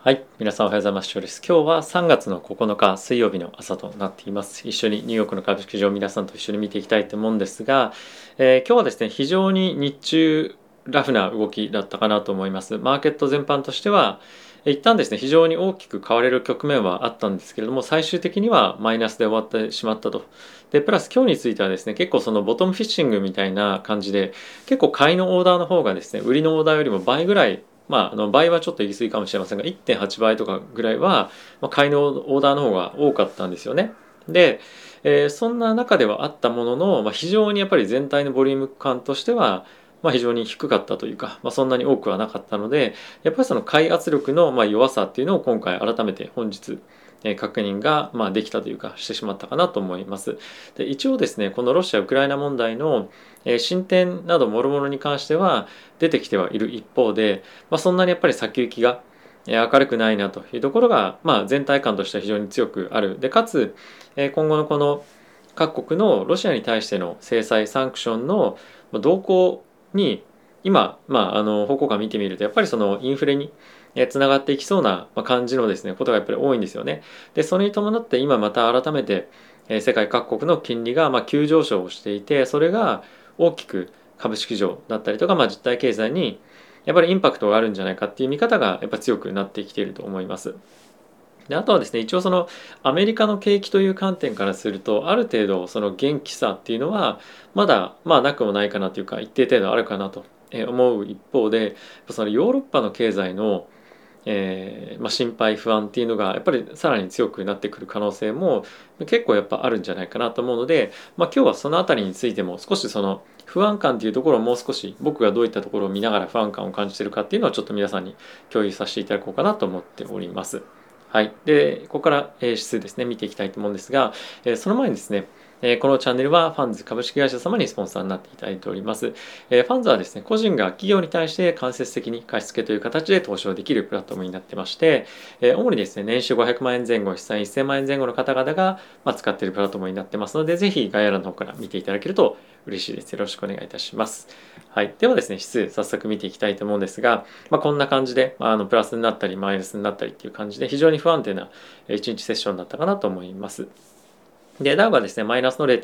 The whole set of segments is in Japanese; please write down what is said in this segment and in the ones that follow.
はい、皆さんおはようございます。ショーです。今日は3月の9日水曜日の朝となっています。一緒にニューヨークの株式市場を皆さんと一緒に見ていきたいと思うんですが、今日はですね、非常に日中ラフな動きだったかなと思います。マーケット全般としては、一旦ですね、非常に大きく買われる局面はあったんですけれども、最終的にはマイナスで終わってしまったと。で、プラス今日についてはですね、結構そのボトムフィッシングみたいな感じで、結構買いのオーダーの方がですね、売りのオーダーよりも倍ぐらい倍はちょっと言い過ぎかもしれませんが1.8倍とかぐらいは、買いのオーダーの方が多かったんですよね。で、そんな中ではあったものの、非常にやっぱり全体のボリューム感としては、非常に低かったというか、そんなに多くはなかったのでやっぱりその買い圧力の弱さっていうのを今回改めて本日確認ができたというかしてしまったかなと思います。で一応ですねこのロシア・ウクライナ問題の進展など諸々に関しては出てきてはいる一方で、そんなにやっぱり先行きが明るくないなというところが、全体感としては非常に強くある。でかつ今後のこの各国のロシアに対しての制裁サンクションの動向に今、方向感見てみるとやっぱりそのインフレにつながっていきそうな感じのですねことがやっぱり多いんですよね。でそれに伴って今また改めて世界各国の金利が急上昇をしていて、それが大きく株式市場だったりとか、実体経済にやっぱりインパクトがあるんじゃないかっていう見方がやっぱ強くなってきていると思います。であとはですね一応そのアメリカの景気という観点からするとある程度その元気さっていうのはまだなくもないかなというか一定程度あるかなと思う一方で、そのヨーロッパの経済の心配不安っていうのがやっぱりさらに強くなってくる可能性も結構やっぱあるんじゃないかなと思うので、今日はそのあたりについても少しその不安感っていうところをもう少し僕がどういったところを見ながら不安感を感じているかっていうのをちょっと皆さんに共有させていただこうかなと思っております。はい、でここから指数ですね見ていきたいと思うんですが、その前にですねこのチャンネルはファンズ株式会社様にスポンサーになっていただいております。ファンズはですね、個人が企業に対して間接的に貸付という形で投資をできるプラットフォームになってまして、主にですね、年収500万円前後、資産1000万円前後の方々が使っているプラットフォームになってますので、ぜひ概要欄の方から見ていただけると嬉しいです。よろしくお願いいたします。はい。ではですね、指数早速見ていきたいと思うんですが、こんな感じで、プラスになったりマイナスになったりっていう感じで非常に不安定な1日セッションだったかなと思います。で、ダウがですね、マイナスの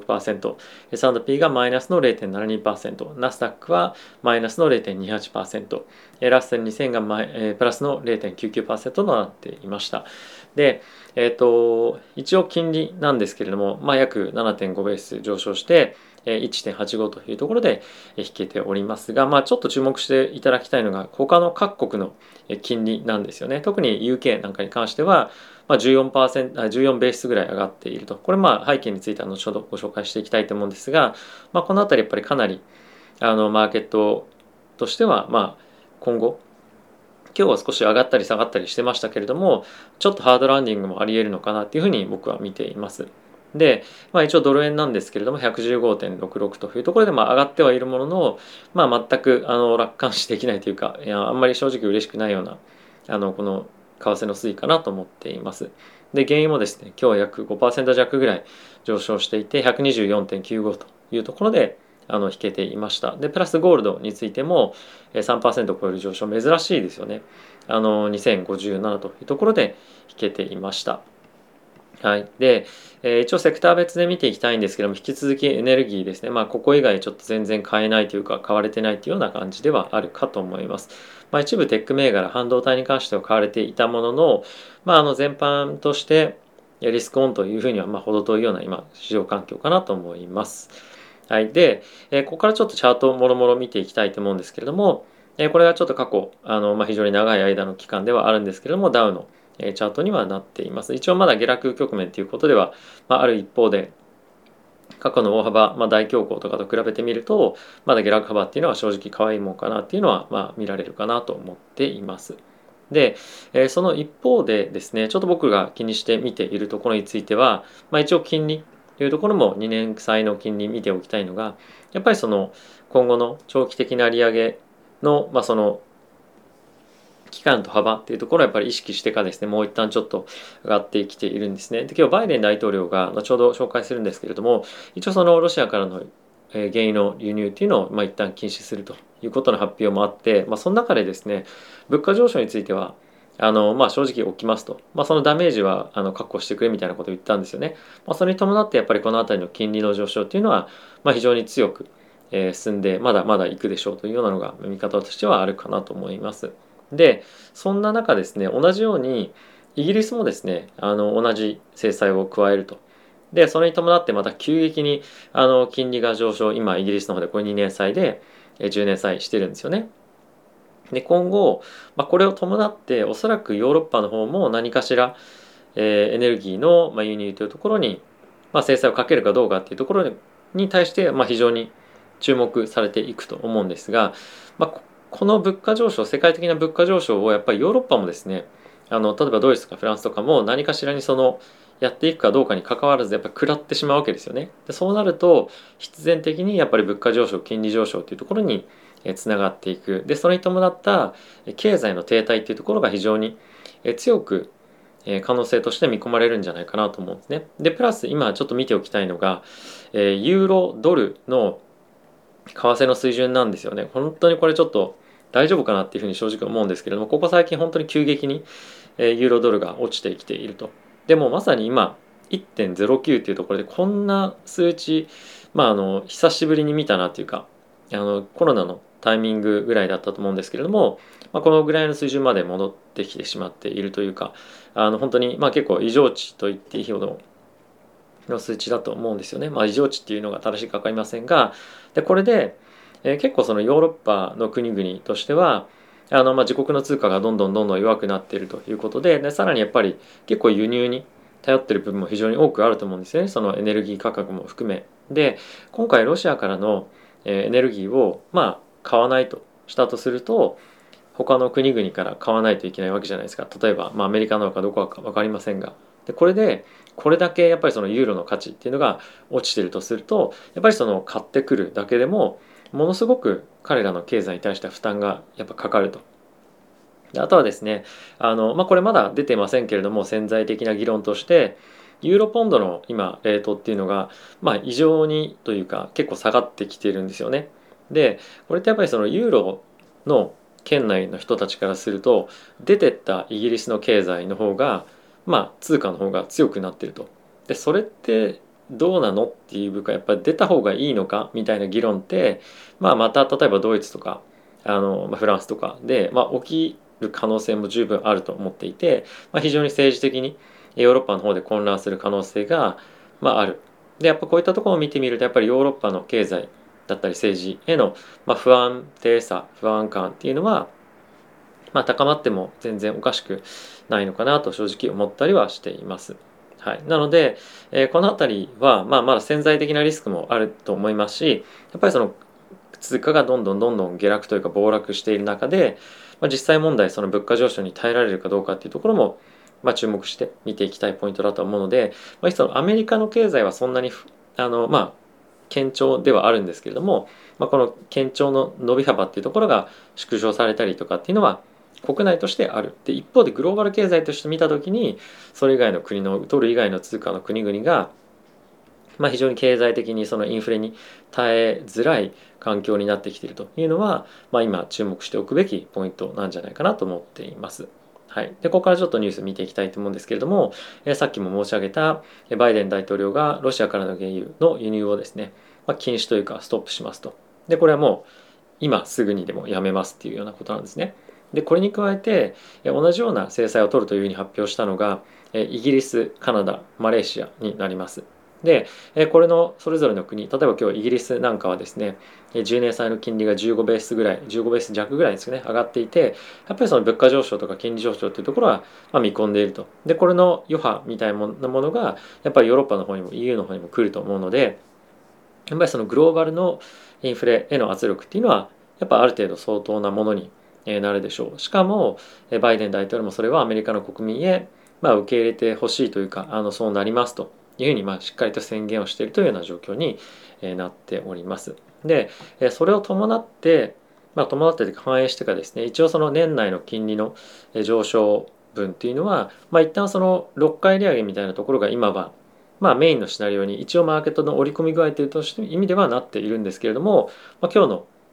0.56%、S&P がマイナスの0.72%、ナスダックはマイナスの0.28%、ラッセル2000がプラスの0.99%となっていました。で、一応金利なんですけれども、約7.5ベース上昇して、1.85というところで引けておりますが、ちょっと注目していただきたいのが他の各国の金利なんですよね。特に UK なんかに関しては、14%、14ベースぐらい上がっていると。これ背景については後ほどご紹介していきたいと思うんですが、このあたりやっぱりかなりマーケットとしては今後今日は少し上がったり下がったりしてましたけれども、ちょっとハードランディングもあり得るのかなっていうふうに僕は見ています。で、一応ドル円なんですけれども115.66というところで上がってはいるものの、全く楽観視できないというか、あんまり正直嬉しくないようなこの為替の推移かなと思っています。で、原油もですね、今日は約5%弱ぐらい上昇していて124.95というところで引けていました。で、プラスゴールドについても3%を超える上昇、珍しいですよね。2057というところで引けていました。はい。で、一応セクター別で見ていきたいんですけども、引き続きエネルギーですね。ここ以外ちょっと全然買えないというか、買われてないというような感じではあるかと思います。一部テック銘柄、半導体に関しては買われていたものの、全般としてリスクオンというふうには程遠いような今、市場環境かなと思います。はい。で、ここからちょっとチャートをもろもろ見ていきたいと思うんですけれども、これはちょっと過去、非常に長い間の期間ではあるんですけれども、ダウのチャートにはなっています。一応まだ下落局面ということでは、ある一方で、過去の大幅、大恐慌とかと比べてみると、まだ下落幅っていうのは正直可愛いもんかなっていうのは、見られるかなと思っています。で、その一方でですね、ちょっと僕が気にして見ているところについては、一応金利というところも2年債の金利見ておきたいのが、やっぱりその今後の長期的な利上げの、その期間と幅っていうところをやっぱり意識してからですね、もう一旦ちょっと上がってきているんですね。で、今日バイデン大統領が後ほど紹介するんですけれども、一応そのロシアからの原油の輸入っていうのを一旦禁止するということの発表もあって、その中でですね、物価上昇については正直起きますと、そのダメージは確保してくれみたいなことを言ったんですよね。それに伴ってやっぱりこの辺りの金利の上昇っていうのは、非常に強く、進んでまだまだ行くでしょうというようなのが見方としてはあるかなと思います。で、そんな中ですね、同じようにイギリスもですね、同じ制裁を加えると。で、それに伴ってまた急激に金利が上昇、今イギリスの方でこれ2年債で10年債してるんですよね。で、今後、これを伴っておそらくヨーロッパの方も何かしら、エネルギーの輸入というところに、制裁をかけるかどうかっていうところに対して、非常に注目されていくと思うんですが、この物価上昇、世界的な物価上昇をやっぱりヨーロッパもですね、例えばドイツとかフランスとかも何かしらにやっていくかどうかに関わらずやっぱり食らってしまうわけですよね。で、そうなると必然的にやっぱり物価上昇、金利上昇っていうところにつながっていく。で、それに伴った経済の停滞っていうところが非常に強く可能性として見込まれるんじゃないかなと思うんですね。で、プラス今ちょっと見ておきたいのが、ユーロドルの為替の水準なんですよね。本当にこれちょっと大丈夫かなっていうふうに正直思うんですけれども、ここ最近本当に急激にユーロドルが落ちてきていると。でもまさに今1.09っていうところでこんな数値、久しぶりに見たなっていうか、コロナのタイミングぐらいだったと思うんですけれども、このぐらいの水準まで戻ってきてしまっているというか、本当に結構異常値と言っていいほどの数値だと思うんですよね。異常値っていうのが正しいか分かりませんが、でこれで、結構そのヨーロッパの国々としては自国の通貨がどんどんどんどん弱くなっているということで、さらにやっぱり結構輸入に頼っている部分も非常に多くあると思うんですよね。そのエネルギー価格も含め。で、今回ロシアからのエネルギーを買わないとしたとすると、他の国々から買わないといけないわけじゃないですか。例えば、アメリカなのかどこか分かりませんが。で、これでこれだけやっぱりそのユーロの価値っていうのが落ちてるとすると、やっぱりその買ってくるだけでもものすごく彼らの経済に対しては負担がやっぱかかると。で、あとはですね、これまだ出てませんけれども、潜在的な議論としてユーロポンドの今レートっていうのが異常にというか結構下がってきてるんですよね。で、これってやっぱりそのユーロの県内の人たちからすると、出てったイギリスの経済の方が通貨の方が強くなってると。で、それってどうなのっていうか、やっぱり出た方がいいのかみたいな議論って、また例えばドイツとかフランスとかで、起きる可能性も十分あると思っていて、非常に政治的にヨーロッパの方で混乱する可能性が、ある。で、やっぱこういったところを見てみると、やっぱりヨーロッパの経済だったり政治への、不安定さ、不安感っていうのは、高まっても全然おかしくないのかなと正直思ったりはしています。はい、なので、この辺りは、まだ潜在的なリスクもあると思いますし、やっぱりその通貨がどんどんどんどん下落というか暴落している中で、実際問題その物価上昇に耐えられるかどうかっていうところも、注目して見ていきたいポイントだと思うので、そのアメリカの経済はそんなに堅調ではあるんですけれども、この堅調の伸び幅っていうところが縮小されたりとかっていうのは国内としてある。で、一方でグローバル経済として見たときに、それ以外の国のドル以外の通貨の国々が、非常に経済的にそのインフレに耐えづらい環境になってきているというのは、今注目しておくべきポイントなんじゃないかなと思っています。はい、でここからちょっとニュース見ていきたいと思うんですけれども、さっきも申し上げたバイデン大統領がロシアからの原油の輸入をですね、禁止というかストップしますと。で、これはもう今すぐにでもやめますっていうようなことなんですね。で、これに加えて同じような制裁を取るというふうに発表したのがイギリス、カナダ、マレーシアになります。で、これのそれぞれの国、例えば今日イギリスなんかはですね、10年債の金利が15ベースぐらい、15ベース弱ぐらいですね、上がっていて、やっぱりその物価上昇とか金利上昇というところは見込んでいると。で、これの余波みたいなものが、やっぱりヨーロッパの方にも EU の方にも来ると思うので、やっぱりそのグローバルのインフレへの圧力っていうのは、やっぱある程度相当なものになるでしょう。しかも、バイデン大統領もそれはアメリカの国民へ、受け入れてほしいというか、そうなりますというふうにしっかりと宣言をしているというような状況になっております。で、それを伴って、伴って反映してかですね、一応その年内の金利の上昇分っていうのは、一旦その6回利上げみたいなところが今はメインのシナリオに一応マーケットの織り込み具合という意味ではなっているんですけれども、今日の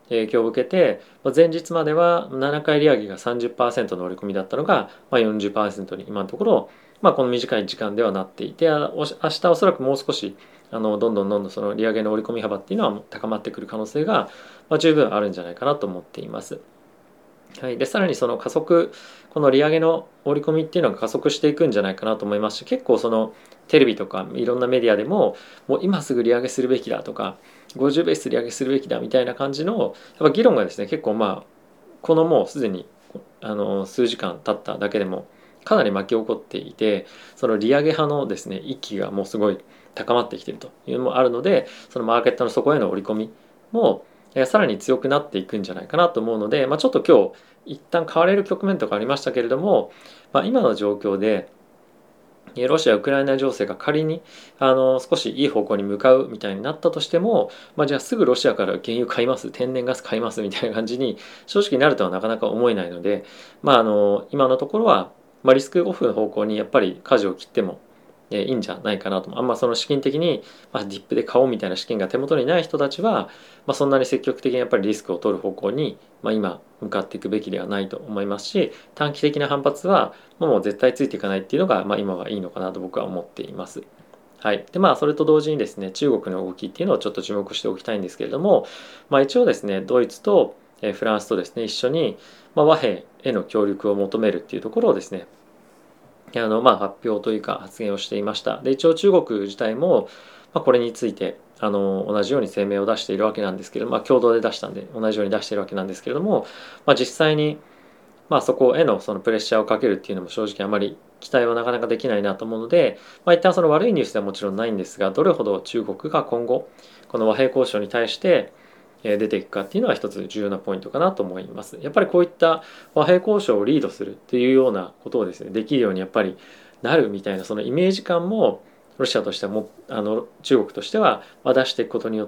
影響を受けて、前日までは7回利上げが 30% の織り込みだったのが、40% に今のところ、この短い時間ではなっていて、明日おそらくもう少しどんどんその利上げの織り込み幅っていうのは高まってくる可能性が、十分あるんじゃないかなと思っています。はい、でさらにそのこの利上げの織り込みっていうのが加速していくんじゃないかなと思いますし、結構そのテレビとかいろんなメディアでももう今すぐ利上げするべきだとか50ベース利上げするべきだみたいな感じのやっぱ議論がですね、結構このもうすでに数時間経っただけでもかなり巻き起こっていて、その利上げ派のですね息がもうすごい高まってきているというのもあるので、そのマーケットの底への織り込みもさらに強くなっていくんじゃないかなと思うので、ちょっと今日一旦買われる局面とかありましたけれども、今の状況でロシア・ウクライナ情勢が仮に少しいい方向に向かうみたいになったとしても、じゃあすぐロシアから原油買います、天然ガス買いますみたいな感じに正直なるとはなかなか思えないので、今のところは、リスクオフの方向にやっぱり舵を切ってもいいんじゃないかなと。その資金的に、ディップで買おうみたいな資金が手元にない人たちは、そんなに積極的にやっぱりリスクを取る方向に、今向かっていくべきではないと思いますし、短期的な反発はもう絶対ついていかないっていうのが、今はいいのかなと僕は思っています。はい、でそれと同時にですね、中国の動きっていうのをちょっと注目しておきたいんですけれども、一応ですねドイツとフランスとですね一緒に、和平への協力を求めるっていうところをですね発表というか発言をしていました。で一応中国自体も、これについて同じように声明を出しているわけなんですけれども、共同で出したんで同じように出しているわけなんですけれども、実際にそこへのそのプレッシャーをかけるっていうのも正直あまり期待はなかなかできないなと思うので、一旦その悪いニュースではもちろんないんですが、どれほど中国が今後この和平交渉に対して出ていくかっていうのは一つ重要なポイントかなと思います。やっぱりこういった和平交渉をリードするっていうようなことをですねできるようにやっぱりなるみたいな、そのイメージ感もロシアとしては中国としては出していくことによって、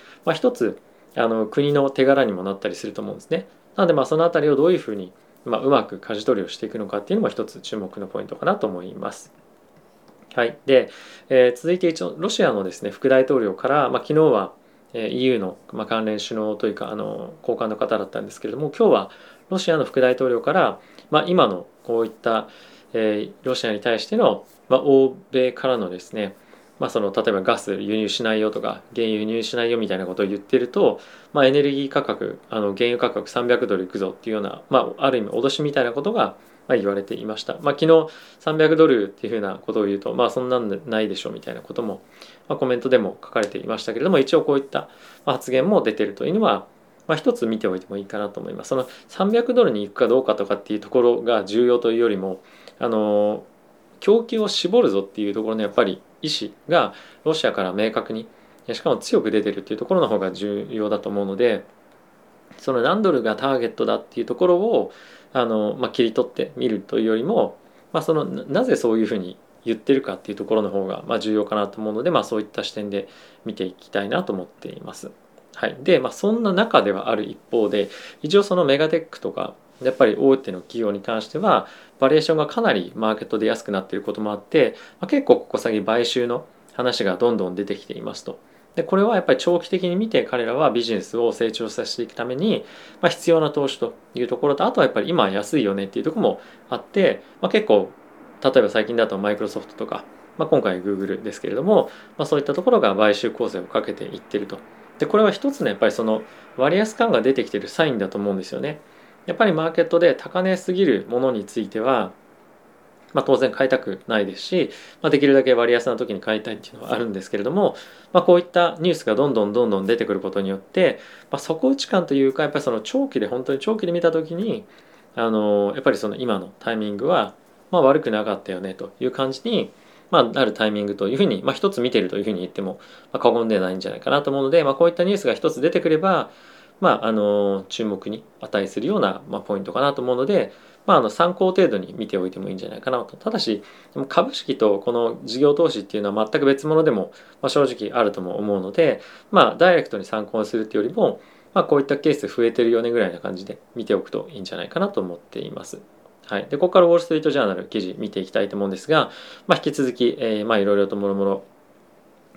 一つ国の手柄にもなったりすると思うんですね。なのでそのあたりをどういうふうにうまく舵取りをしていくのかっていうのも一つ注目のポイントかなと思います。はい、で、続いて一応ロシアのですね副大統領から、昨日は EU の関連首脳というか高官の方だったんですけれども、今日はロシアの副大統領から、今のこういった、ロシアに対しての、欧米からのですね、その例えばガス輸入しないよとか原油輸入しないよみたいなことを言ってると、エネルギー価格原油価格$300いくぞっていうような、ある意味脅しみたいなことが言われていました。昨日$300っていうふうなことを言うと、そんなんないでしょみたいなことも、コメントでも書かれていましたけれども、一応こういった発言も出てるというのは、一つ見ておいてもいいかなと思います。その$300に行くかどうかとかっていうところが重要というよりも、供給を絞るぞっていうところのやっぱり意思がロシアから明確にしかも強く出てるっていうところの方が重要だと思うので、その何ドルがターゲットだっていうところを切り取ってみるというよりも、そのなぜそういうふうに言ってるかっていうところの方が重要かなと思うので、そういった視点で見ていきたいなと思っています。はい、で、そんな中ではある一方で、一応そのメガテックとかやっぱり大手の企業に関してはバリエーションがかなりマーケットで安くなっていることもあって、結構ここ先買収の話がどんどん出てきていますと。でこれはやっぱり長期的に見て彼らはビジネスを成長させていくために、必要な投資というところと、あとはやっぱり今安いよねっていうところもあって、結構例えば最近だとマイクロソフトとか、今回 Google ですけれども、そういったところが買収構成をかけていってると。でこれは一つのやっぱりその割安感が出てきているサインだと思うんですよね。やっぱりマーケットで高値すぎるものについては当然買いたくないですし、できるだけ割安な時に買いたいっていうのはあるんですけれども、こういったニュースがどんどん出てくることによって、底打ち感というかやっぱりその本当に長期で見た時にやっぱりその今のタイミングは悪くなかったよねという感じになるタイミングというふうに一つ見ているというふうに言っても過言ではないんじゃないかなと思うので、こういったニュースが一つ出てくれば注目に値するような、ポイントかなと思うので、参考程度に見ておいてもいいんじゃないかなと。ただし株式とこの事業投資っていうのは全く別物でも、正直あるとも思うので、ダイレクトに参考にするっていうよりも、こういったケース増えてるよねぐらいな感じで見ておくといいんじゃないかなと思っています。はい、でここからウォール・ストリート・ジャーナル記事見ていきたいと思うんですが、引き続き、いろいろともろもろ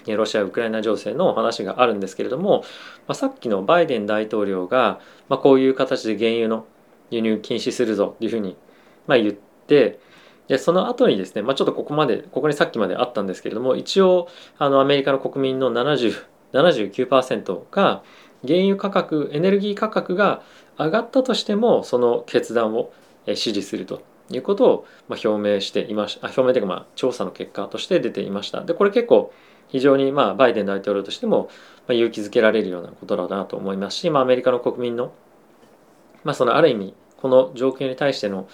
ロシア・ウクライナ情勢の話があるんですけれども、さっきのバイデン大統領が、こういう形で原油の輸入禁止するぞというふうに、言って、でその後にですね、ちょっとここにさっきまであったんですけれども、一応アメリカの国民の79%が原油価格、エネルギー価格が上がったとしてもその決断を支持するということを表明していました。表明というか調査の結果として出ていました。でこれ結構非常にバイデン大統領としても勇気づけられるようなことだなと思いますし、アメリカの国民のそのある意味この状況に対しての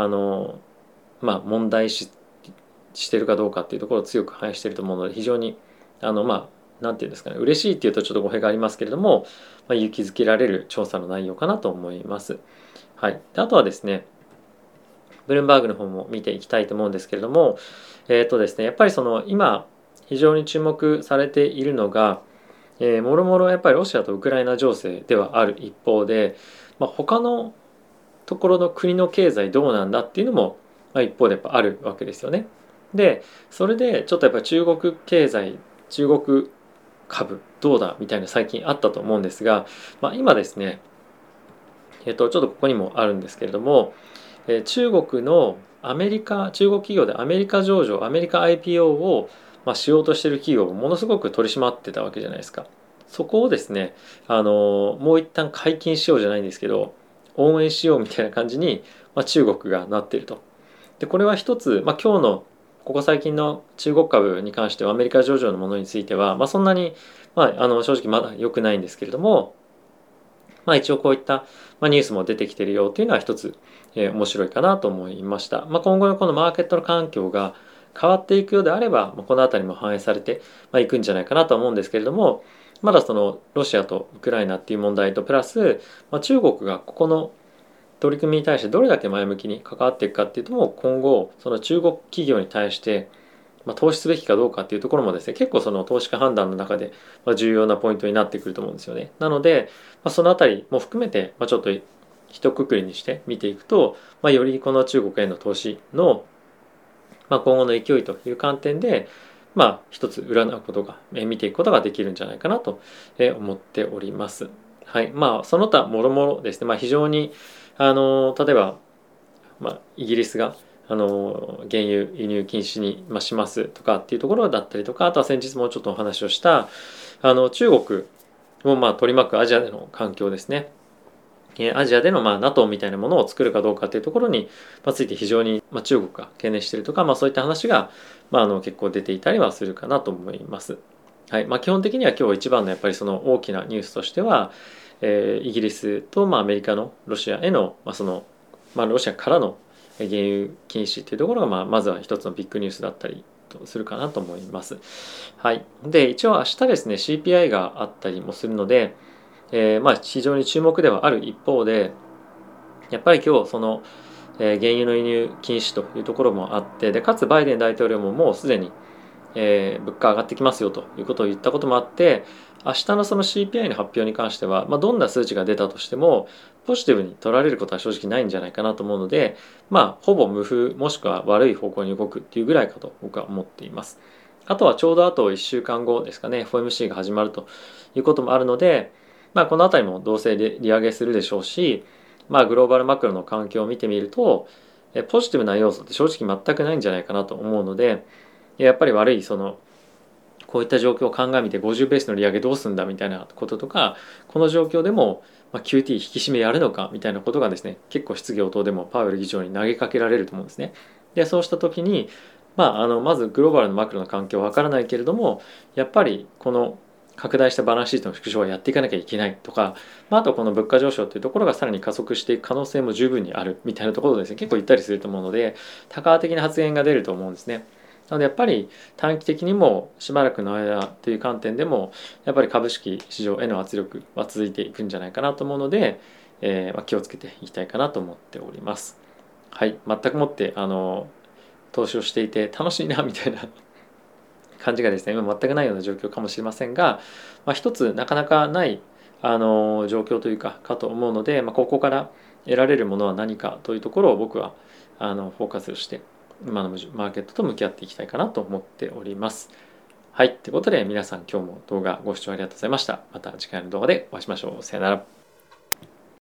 問題しているかどうかっていうところを強く反映していると思うので、非常になんていうんですかね、嬉しいっていうとちょっと語弊がありますけれども、勇気づけられる調査の内容かなと思います。はい、であとはですね、ブルームバーグの方も見ていきたいと思うんですけれども、ですね、やっぱりその今非常に注目されているのが、もろもろやっぱりロシアとウクライナ情勢ではある一方で、他のところの国の経済どうなんだっていうのも、一方でやっぱあるわけですよね。でそれでちょっとやっぱり中国経済、中国株どうだみたいな最近あったと思うんですが、今ですね、ちょっとここにもあるんですけれども、中国の中国企業でアメリカ上場、アメリカ IPO をしようとしている企業をものすごく取り締まってたわけじゃないですか。そこをですね、もう一旦解禁しようじゃないんですけど、応援しようみたいな感じに、中国がなっていると。でこれは一つ、今日のここ最近の中国株に関してはアメリカ上場のものについては、そんなに、正直まだ良くないんですけれども、一応こういった、ニュースも出てきているよというのは一つ、面白いかなと思いました。今後のこのマーケットの環境が変わっていくようであれば、この辺りも反映されていくんじゃないかなと思うんですけれども、まだそのロシアとウクライナっていう問題とプラス、中国がここの取り組みに対してどれだけ前向きに関わっていくかっていうとも、今後その中国企業に対して投資すべきかどうかっていうところもですね、結構その投資家判断の中で重要なポイントになってくると思うんですよね。なのでそのあたりも含めてちょっと一括りにして見ていくと、よりこの中国への投資の今後の勢いという観点で一つ占うことが見ていくことができるんじゃないかなと思っております。はい、その他もろもろですね、非常に例えば、イギリスが原油輸入禁止にしますとかっていうところだったりとか、あとは先日もちょっとお話をした中国を取り巻くアジアでの環境ですね。アジアでのNATO みたいなものを作るかどうかっていうところについて非常に中国が懸念しているとか、そういった話が結構出ていたりはするかなと思います。はい、基本的には今日一番のやっぱりその大きなニュースとしては、イギリスとアメリカのロシアへのロシアからの原油禁止っていうところがまずは一つのビッグニュースだったりするかなと思います。はい、で一応明日ですね CPI があったりもするので、非常に注目ではある一方で、やっぱり今日その、原油の輸入禁止というところもあって、でかつバイデン大統領ももうすでに、物価上がってきますよということを言ったこともあって、明日のその CPI の発表に関しては、どんな数値が出たとしてもポジティブに取られることは正直ないんじゃないかなと思うので、ほぼ無風もしくは悪い方向に動くっていうぐらいかと僕は思っています。あとはちょうどあと1週間後ですかね、 FOMC が始まるということもあるので、この辺りもどうせ利上げするでしょうし、グローバルマクロの環境を見てみるとポジティブな要素って正直全くないんじゃないかなと思うので、やっぱり悪いこういった状況を鑑みて50ベースの利上げどうすんだみたいなこととか、この状況でもQT 引き締めやるのかみたいなことがですね、結構質疑応答でもパウエル議長に投げかけられると思うんですね。でそうした時にまずグローバルのマクロの環境は分からないけれども、やっぱりこの拡大したバランスシートの縮小はやっていかなきゃいけないとか、あとこの物価上昇というところがさらに加速していく可能性も十分にあるみたいなところをですね、結構言ったりすると思うので、多角的な発言が出ると思うんですね。なのでやっぱり短期的にもしばらくの間という観点でもやっぱり株式市場への圧力は続いていくんじゃないかなと思うので、気をつけていきたいかなと思っております。はい、全くもって投資をしていて楽しいなみたいな感じがですね、今全くないような状況かもしれませんが、一つなかなかない状況というかと思うので、ここから得られるものは何かというところを僕はフォーカスして今のマーケットと向き合っていきたいかなと思っております。 はい。ということで皆さん今日も動画ご視聴ありがとうございました。また次回の動画でお会いしましょう。さよなら。